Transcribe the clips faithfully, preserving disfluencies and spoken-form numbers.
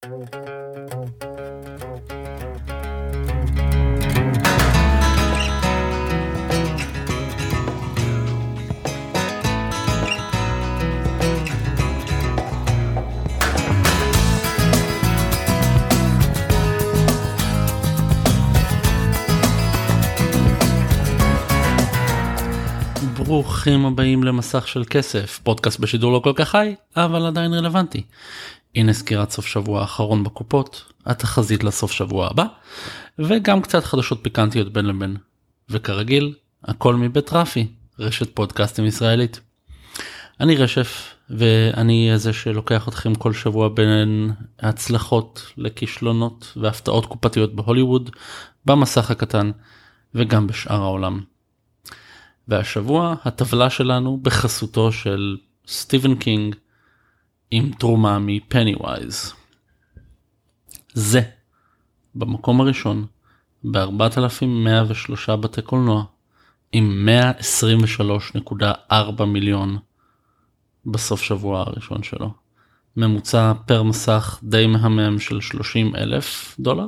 ברוכים הבאים למסך של כסף, פודקאסט בשידור לא כל כך חי, אבל עדיין רלוונטי. הנה סקירת סוף שבוע האחרון בקופות, התחזית לסוף שבוע הבא, וגם קצת חדשות פיקנטיות בין לבין. וכרגיל, הכל מבית רפי, רשת פודקאסטים ישראלית. אני רשף, ואני זה שלוקח אתכם כל שבוע בין הצלחות לכישלונות והפתעות קופתיות בהוליווד, במסך הקטן וגם בשאר העולם. והשבוע הטבלה שלנו בחסותו של סטיבן קינג עם תרומה מפניווייז. זה במקום הראשון ב-ארבעת אלפים מאה ושלושה בתי קולנוע עם מאה עשרים ושלוש נקודה ארבע מיליון בסוף שבוע הראשון שלו. ממוצע פר מסך די מהמם של שלושים אלף דולר.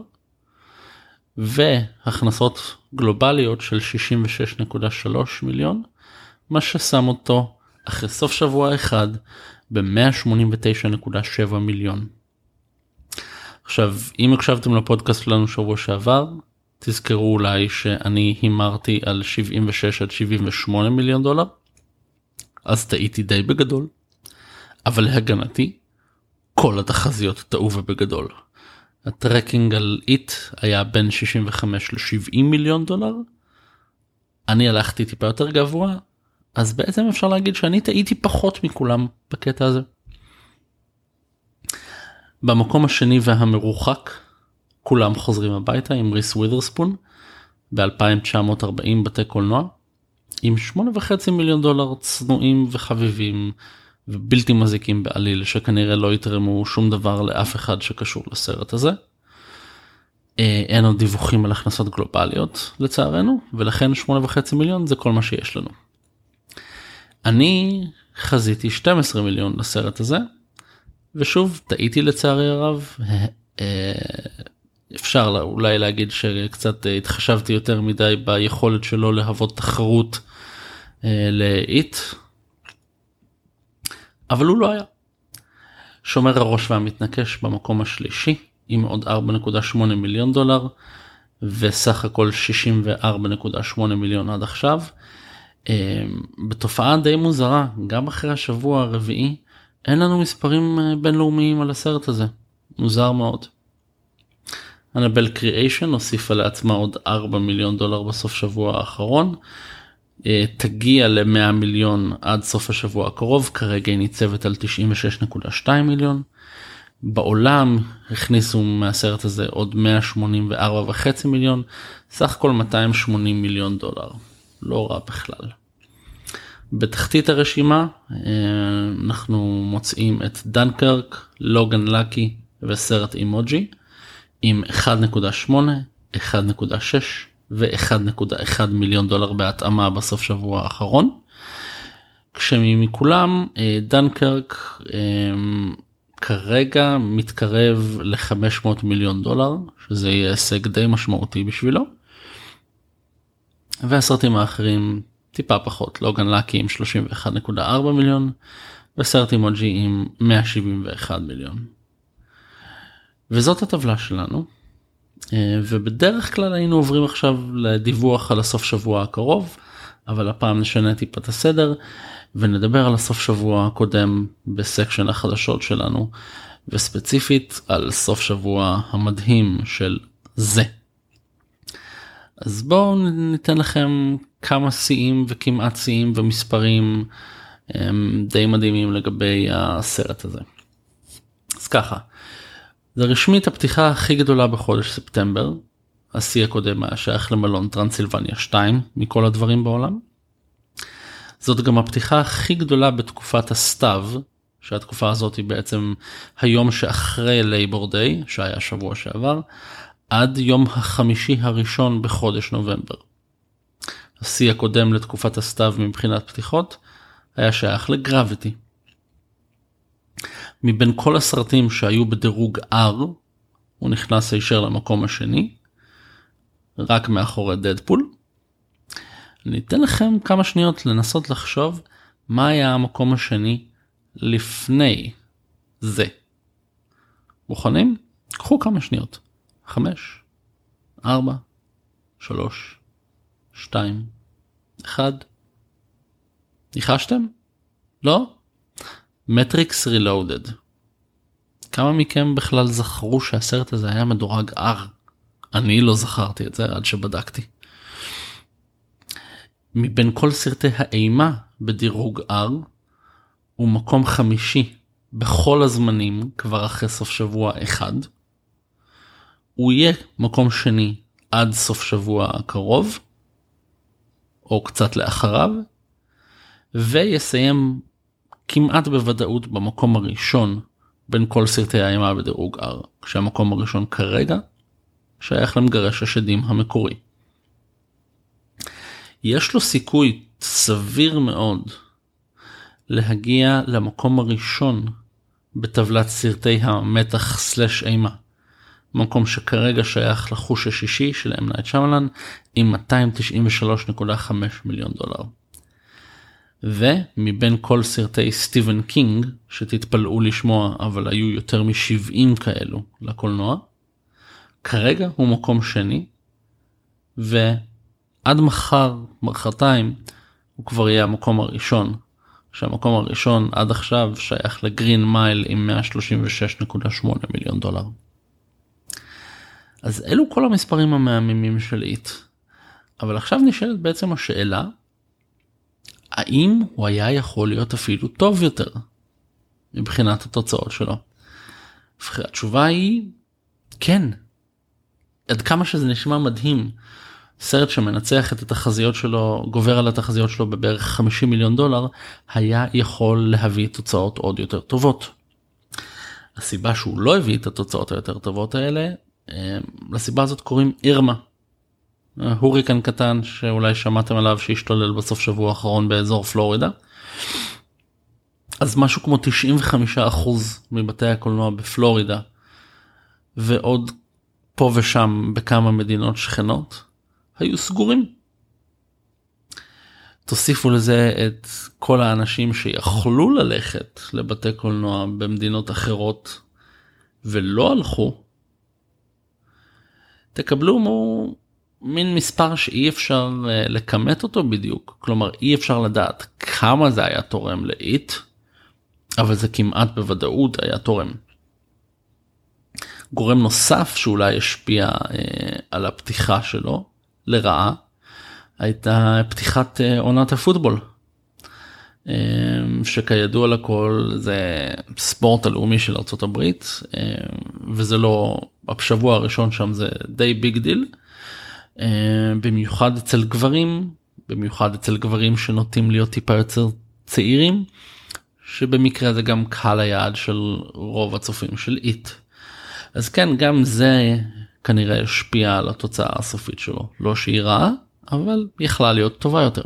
והכנסות גלובליות של שישים ושש נקודה שלוש מיליון, מה ששם אותו אחרי סוף שבוע אחד ב-מאה שמונים ותשע נקודה שבע מיליון. עכשיו, אם הקשבתם לפודקאסט שלנו שבוע שעבר, תזכרו אולי שאני הימרתי על שבעים ושש עד שבעים ושמונה מיליון דולר, אז טעיתי די בגדול, אבל להגנתי, כל התחזיות טעו ובגדול. הטרקינג על איט היה בין שישים וחמש ל-שבעים מיליון דולר. אני הלכתי טיפה יותר גבוה, אז בעצם אפשר להגיד שאני טעיתי פחות מכולם בקטע הזה. במקום השני והמרוחק, כולם חוזרים הביתה עם ריס ווית'רספון, ב-אלפיים תשע מאות וארבעים בתי קולנוע, עם שמונה וחצי מיליון דולר צנועים וחביבים, ובלתי מזיקים בעליל, שכנראה לא יתרמו שום דבר לאף אחד שקשור לסרט הזה. אין עוד דיווחים על הכנסות גלובליות לצערנו, ולכן שמונה וחצי מיליון זה כל מה שיש לנו. אני חזיתי שנים עשר מיליון לסרט הזה, ושוב טעיתי לצערי הרב. אפשר אולי להגיד שקצת התחשבתי יותר מדי ביכולת שלו להוות תחרות לאיט, אבל הוא לא היה. שומר הראש והמתנקש במקום השלישי, עם עוד ארבע נקודה שמונה מיליון דולר, וסך הכל שישים וארבע נקודה שמונה מיליון עד עכשיו. בתופעה די מוזרה, גם אחרי השבוע הרביעי, אין לנו מספרים בינלאומיים על הסרט הזה. מוזר מאוד. אנבל קריאיישן הוסיפה לעצמה עוד ארבע מיליון דולר בסוף שבוע האחרון, תגיע ל-מאה מיליון עד סוף השבוע הקרוב, כרגע היא ניצבת על תשעים ושש נקודה שתיים מיליון. בעולם הכניסו מהסרט הזה עוד מאה שמונים וארבע וחצי מיליון, סך הכל מאתיים ושמונים מיליון דולר. לא רע בכלל. בתחתית הרשימה אנחנו מוצאים את דנקרק, לוגן לקי וסרט אימוג'י, עם אחת נקודה שמונה, אחת נקודה שש ו-אחד נקודה אחד מיליון דולר בהתאמה בסוף שבוע האחרון. כשמכולם דנקרק כרגע מתקרב ל-חמש מאות מיליון דולר, שזה יהיה הישג די משמעותי בשבילו. והסרטים האחרים טיפה פחות, לוגן לקי עם שלושים ואחת נקודה ארבע מיליון, וסרט אימוג'י עם מאה שבעים ואחד מיליון. וזאת הטבלה שלנו. ובדרך כלל היינו עוברים עכשיו לדיווח על הסוף שבוע הקרוב, אבל הפעם נשנה טיפה את הסדר, ונדבר על הסוף שבוע הקודם בסקשן החדשות שלנו, וספציפית על סוף שבוע המדהים של זה. אז בואו ניתן לכם כמה שיאים וכמעט שיאים ומספרים די מדהימים לגבי הסרט הזה. אז ככה, זה רשמית הפתיחה הכי גדולה בחודש ספטמבר. השיא הקודם היה שייך למלון טרנסילבניה שתיים מכל הדברים בעולם. זאת גם הפתיחה הכי גדולה בתקופת הסתיו, שהתקופה הזאת היא בעצם היום שאחרי לייבור דיי, שהיה שבוע שעבר, עד יום החמישי הראשון בחודש נובמבר. השיא הקודם לתקופת הסתיו מבחינת פתיחות היה שייך לגרביטי. מבין כל הסרטים שהיו בדירוג R, הוא נכנס הישר למקום השני, רק מאחורי דדפול. אני אתן לכם כמה שניות לנסות לחשוב מה היה המקום השני לפני זה. מוכנים? קחו כמה שניות. חמש, ארבע, שלוש, שתיים, אחד. ניחשתם? לא? מטריקס רילודד. כמה מכם בכלל זכרו שהסרט הזה היה מדורג R? אני לא זכרתי את זה עד שבדקתי. מבין כל סרטי האימה בדירוג R, הוא מקום חמישי בכל הזמנים כבר אחרי סוף שבוע אחד. הוא יהיה מקום שני עד סוף שבוע הקרוב, או קצת לאחריו, ויסיים כמעט בוודאות במקום הראשון בין כל סרטי האימה בדירוג R, כשהמקום הראשון כרגע שייך למגרש השדים המקורי. יש לו סיכוי סביר מאוד להגיע למקום הראשון בטבלת סרטי המתח סלש אימה, מקום שכרגע שייך לחוש השישי של M. Night Shyamalan עם מאתיים תשעים ושלוש נקודה חמש מיליון דולר. ומבין כל סרטי סטיבן קינג, שתתפלאו לשמוע אבל היו יותר מ-שבעים כאלו לקולנוע, כרגע הוא מקום שני, ועד מחר, מחרתיים, הוא כבר יהיה המקום הראשון, שהמקום הראשון עד עכשיו שייך לגרין מייל עם מאה שלושים ושש נקודה שמונה מיליון דולר. אז אלו כל המספרים המהממים של איט. אבל עכשיו נשאלת בעצם השאלה, האם הוא היה יכול להיות אפילו טוב יותר מבחינת התוצאות שלו? התשובה היא כן. עד כמה שזה נשמע מדהים, סרט שמנצח את התחזיות שלו, גובר על התחזיות שלו בבערך חמישים מיליון דולר, היה יכול להביא תוצאות עוד יותר טובות. הסיבה שהוא לא הביא את התוצאות היותר טובות האלה, לסיבה הזאת קוראים אירמה. הוריקן קטן שאולי שמעתם עליו שהשתולל בסוף שבוע האחרון באזור פלורידה. אז משהו כמו תשעים וחמישה אחוז מבתי הקולנוע בפלורידה, ועוד פה ושם בכמה מדינות שכנות, היו סגורים. תוסיפו לזה את כל האנשים שיכלו ללכת לבתי קולנוע במדינות אחרות ולא הלכו, תקבלו מו מין מספר שאי אפשר לקמת אותו בדיוק. כלומר, אי אפשר לדעת כמה זה היה תורם לאיט, אבל זה כמעט בוודאות היה תורם. גורם נוסף שאולי השפיע אה, על הפתיחה שלו, לרעה, הייתה פתיחת אה, עונת הפוטבול. אה, שכידוע לכל זה ספורט הלאומי של ארצות הברית, אה, וזה לא, בשבוע הראשון שם זה די ביג דיל, אה, במיוחד אצל גברים, במיוחד אצל גברים שנוטים להיות טיפה יותר צעירים, שבמקרה זה גם קהל היעד של רוב הצופים של איט. אז כן, גם זה כנראה השפיע על התוצאה הסופית שלו. לא שהיא רעה, אבל יכלה להיות טובה יותר.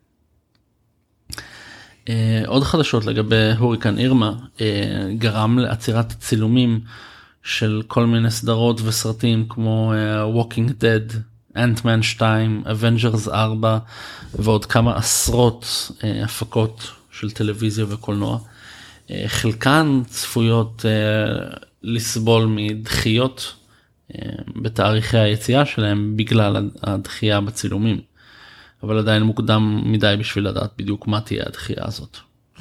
עוד חדשות לגבי הוריקן אירמה, גרם לעצירת צילומים של כל מיני סדרות וסרטים כמו Walking Dead, Ant-Man שתיים, Avengers ארבע, ועוד כמה עשרות הפקות של טלוויזיה וקולנוע. חלקן צפויות לסבול מדחיות בתאריכי היציאה שלהם בגלל הדחייה בצילומים, אבל עדיין מוקדם מדי בשביל לדעת בדיוק מה תהיה הדחייה הזאת.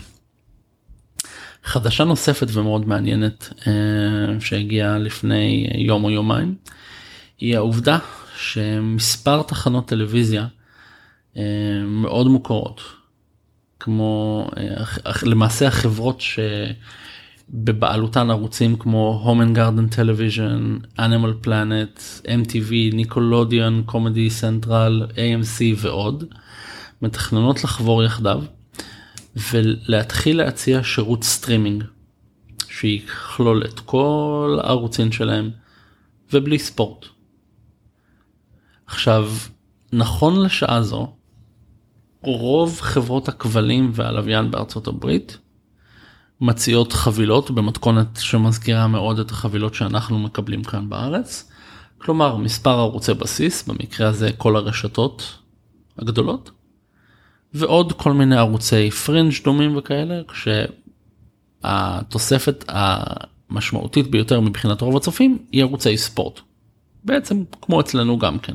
חדשה נוספת ומאוד מעניינת שהגיעה לפני יום או יומיים, היא העובדה שמספר תחנות טלוויזיה מאוד מוכרות, כמו למעשה החברות שבבעלותן ערוצים כמו Home and Garden Television, Animal Planet, M T V, Nickelodeon, Comedy Central, A M C ועוד, מתכננות לחבור יחדיו ולהתחיל להציע שירות סטרימינג שיכלול את כל הערוצים שלהם ובלי ספורט. עכשיו, נכון לשעה זו, רוב חברות הכבלים והלוויין בארצות הברית מציעות חבילות במתכונת שמזכירה מאוד את החבילות שאנחנו מקבלים כאן בארץ. כלומר, מספר ערוצי בסיס, במקרה הזה כל הרשתות הגדולות, ועוד כל מיני ערוצי פרינג' דומים וכאלה, כשהתוספת המשמעותית ביותר מבחינת רוב הצופים היא ערוצי ספורט. בעצם כמו אצלנו גם כן.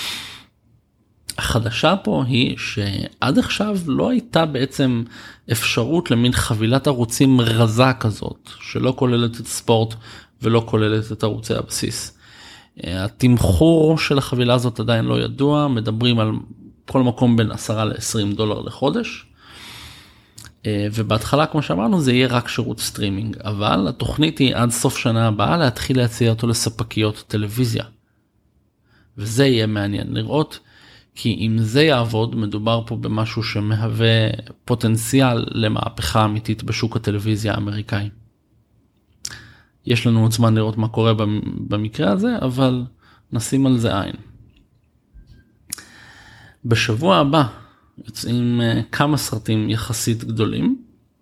החדשה פה היא שעד עכשיו לא הייתה בעצם אפשרות למין חבילת ערוצים רזה כזאת, שלא כוללת את ספורט ולא כוללת את ערוצי הבסיס. התמחור של החבילה הזאת עדיין לא ידוע, מדברים על כל מקום בין עשרה ל-עשרים דולר לחודש, ובהתחלה כמו שאמרנו זה יהיה רק שירות סטרימינג, אבל התוכנית היא עד סוף שנה הבאה להתחיל להציע אותו לספקיות טלוויזיה. וזה יהיה מעניין לראות, כי אם זה יעבוד, מדובר פה במשהו שמהווה פוטנציאל למהפכה אמיתית בשוק הטלוויזיה האמריקאי. יש לנו עוד זמן לראות מה קורה במקרה הזה, אבל נשים על זה עין. בשבוע הבא יוצאים כמה סרטים יחסית גדולים.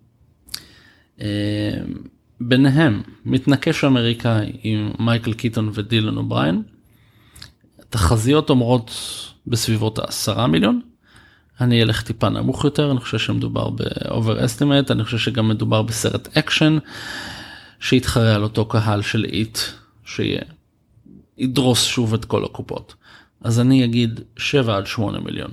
ביניהם מתנקש אמריקאי עם מייקל קיטון ודילן אובריין. תחזיות אומרות בסביבות העשרה מיליון. אני אלך טיפה נמוך יותר, אני חושב שמדובר ב-overestimate, אני חושב שגם מדובר בסרט אקשן, שיתחרה על אותו קהל של איט, שידרוס שוב את כל הקופות. אז אני אגיד שבע עד שמונה מיליון.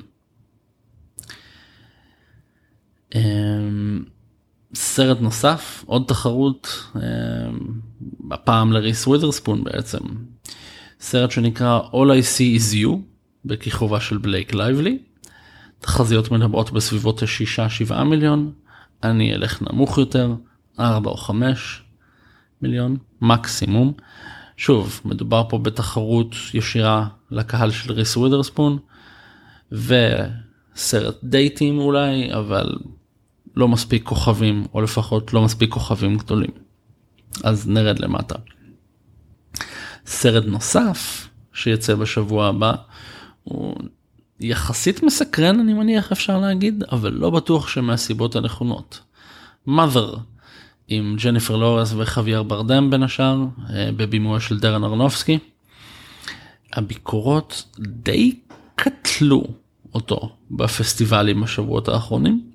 סרט נוסף, עוד תחרות, הפעם לריס ווית'רספון בעצם. סרט שנקרא All I See Is You, בכיכובה של בלייק לייבלי. תחזיות מדברות בסביבות שישה שבעה מיליון. אני אלך נמוך יותר, ארבע או חמש מיליון, מקסימום. שוב, מדובר פה בתחרות ישירה לקהל של ריס ווית'רספון, וסרט דייטים אולי, אבל לא מספיק כוכבים, או לפחות לא מספיק כוכבים גדולים. אז נרד למטה. סרט נוסף שיצא בשבוע הבא, הוא יחסית מסקרן, אני מניח אפשר להגיד, אבל לא בטוח שמהסיבות הנכונות. Mother, עם ג'ניפר לורנס וחוויאר ברדם בין השאר, בבימויה של דרן ארנופסקי. הביקורות די קטלו אותו בפסטיבלים בשבועות האחרונים,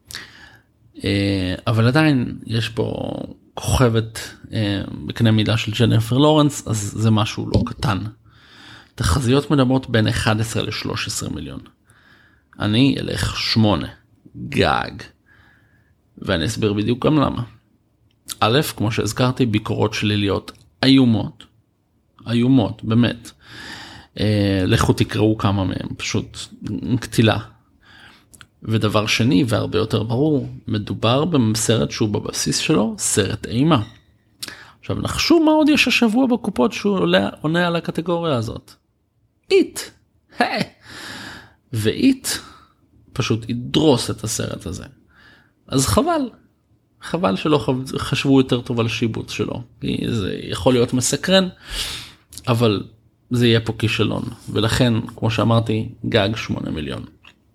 אבל עדיין יש פה כוכבת בקנה מידה של ג'ניפר לורנס, אז זה משהו לא קטן. תחזיות מדברות בין אחד עשר ל-שלוש עשרה מיליון. אני אלך שמונה, גג. ואני אסביר בדיוק גם למה. א', כמו שהזכרתי, ביקורות שליליות איומות, איומות, באמת. אה, לכו תקראו כמה מהם, פשוט קטילה. ודבר שני, והרבה יותר ברור, מדובר בסרט שהוא בבסיס שלו, סרט אימה. עכשיו נחשו מה עוד יש השבוע בקופות שהוא עולה, עונה על הקטגוריה הזאת. איט. היי. ואיט פשוט ידרוס את הסרט הזה. אז חבל. חבל שלא חשבו יותר טוב על שיבוץ שלו. זה יכול להיות מסקרן, אבל זה יהיה פה כישלון. ולכן, כמו שאמרתי, גג שמונה מיליון.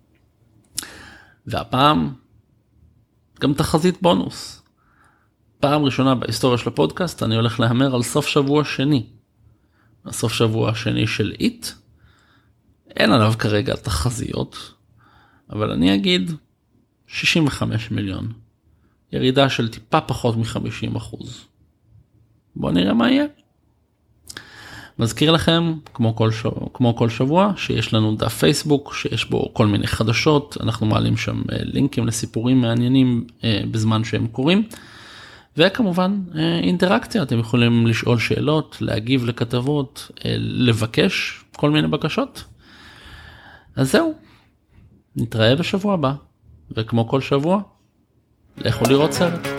והפעם, גם תחזית בונוס. פעם ראשונה בהיסטוריה של הפודקאסט, אני הולך להמר על סוף שבוע שני. הסוף שבוע השני של איט. אין עליו כרגע תחזיות, אבל אני אגיד שישים וחמישה מיליון. ירידה של טיפה פחות מ-חמישים אחוז. בואו נראה מה יהיה. מזכיר לכם, כמו כל, שבוע, כמו כל שבוע, שיש לנו דף פייסבוק, שיש בו כל מיני חדשות, אנחנו מעלים שם לינקים לסיפורים מעניינים בזמן שהם קורים, וכמובן אינטראקציה, אתם יכולים לשאול שאלות, להגיב לכתבות, לבקש כל מיני בקשות. אז זהו, נתראה בשבוע הבא, וכמו כל שבוע, לכו לראות סרט.